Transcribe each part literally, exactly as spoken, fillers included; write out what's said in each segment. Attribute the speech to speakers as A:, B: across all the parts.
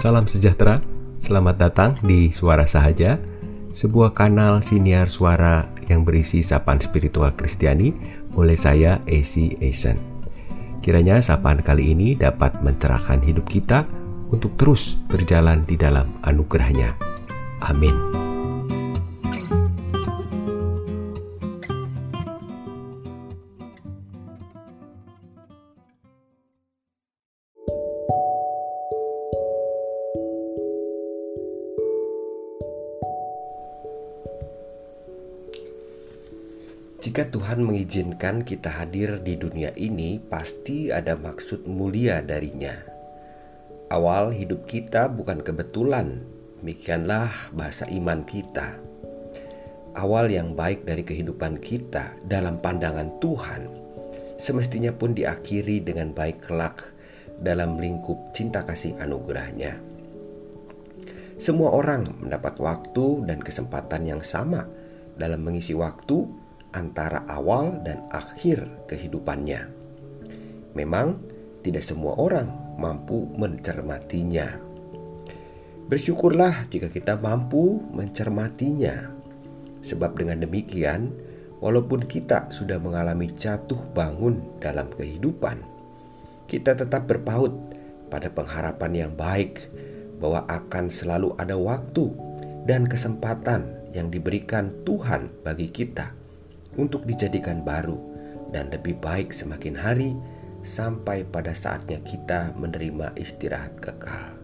A: Salam sejahtera, selamat datang di Suara Sahaja, sebuah kanal siniar suara yang berisi sapaan spiritual Kristiani oleh saya, Esi Eisen. Kiranya sapaan kali ini dapat mencerahkan hidup kita untuk terus berjalan di dalam anugerah-Nya. Amin. Jika Tuhan mengizinkan kita hadir di dunia ini, pasti ada maksud mulia darinya. Awal hidup kita bukan kebetulan, demikianlah bahasa iman kita. Awal yang baik dari kehidupan kita dalam pandangan Tuhan, semestinya pun diakhiri dengan baik kelak dalam lingkup cinta kasih anugerah-Nya. Semua orang mendapat waktu dan kesempatan yang sama dalam mengisi waktu antara awal dan akhir kehidupannya. Memang tidak semua orang mampu mencermatinya. Bersyukurlah jika kita mampu mencermatinya, sebab dengan demikian, walaupun kita sudah mengalami jatuh bangun dalam kehidupan, kita tetap berpaut pada pengharapan yang baik bahwa akan selalu ada waktu dan kesempatan yang diberikan Tuhan bagi kita untuk dijadikan baru dan lebih baik semakin hari, sampai pada saatnya kita menerima istirahat kekal.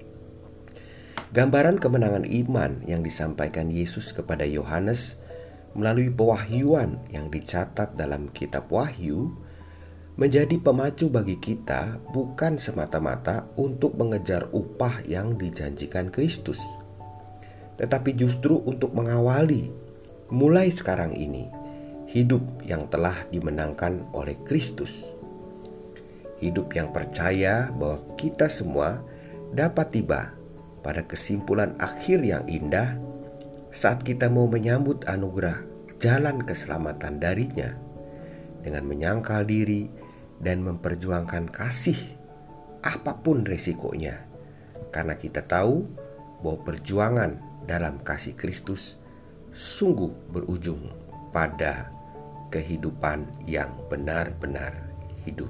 A: Gambaran kemenangan iman yang disampaikan Yesus kepada Yohanes melalui pewahyuan yang dicatat dalam kitab Wahyu menjadi pemacu bagi kita, bukan semata-mata untuk mengejar upah yang dijanjikan Kristus, tetapi justru untuk mengawali mulai sekarang ini hidup yang telah dimenangkan oleh Kristus. Hidup yang percaya bahwa kita semua dapat tiba pada kesimpulan akhir yang indah saat kita mau menyambut anugerah jalan keselamatan darinya dengan menyangkal diri dan memperjuangkan kasih apapun resikonya, karena kita tahu bahwa perjuangan dalam kasih Kristus sungguh berujung pada kehidupan yang benar-benar hidup.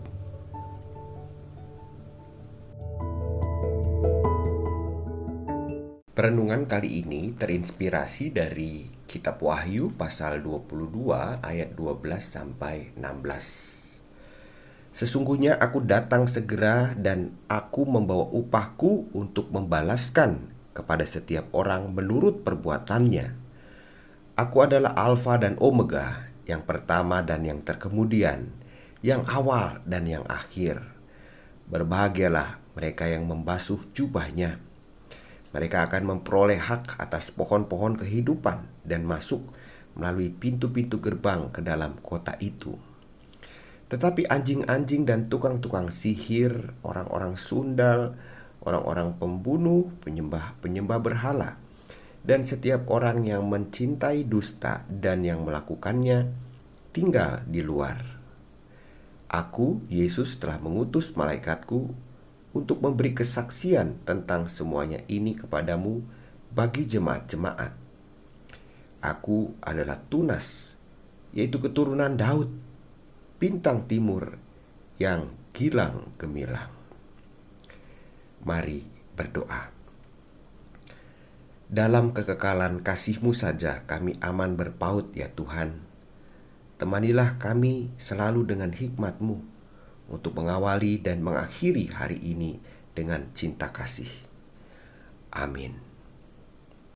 A: Perenungan kali ini terinspirasi dari kitab Wahyu pasal dua puluh dua ayat dua belas sampai enam belas. Sesungguhnya aku datang segera dan aku membawa upahku untuk membalaskan kepada setiap orang menurut perbuatannya. Aku adalah Alfa dan Omega, yang pertama dan yang terkemudian, yang awal dan yang akhir. Berbahagialah mereka yang membasuh jubahnya. Mereka akan memperoleh hak atas pohon-pohon kehidupan dan masuk melalui pintu-pintu gerbang ke dalam kota itu. Tetapi anjing-anjing dan tukang-tukang sihir, orang-orang sundal, orang-orang pembunuh, penyembah-penyembah berhala, dan setiap orang yang mencintai dusta dan yang melakukannya tinggal di luar. Aku, Yesus, telah mengutus malaikatku untuk memberi kesaksian tentang semuanya ini kepadamu bagi jemaat-jemaat. Aku adalah Tunas, yaitu keturunan Daud, bintang timur yang gilang gemilang. Mari berdoa. Dalam kekekalan kasih-Mu saja kami aman berpaut ya Tuhan. Temanilah kami selalu dengan hikmat-Mu untuk mengawali dan mengakhiri hari ini dengan cinta kasih. Amin.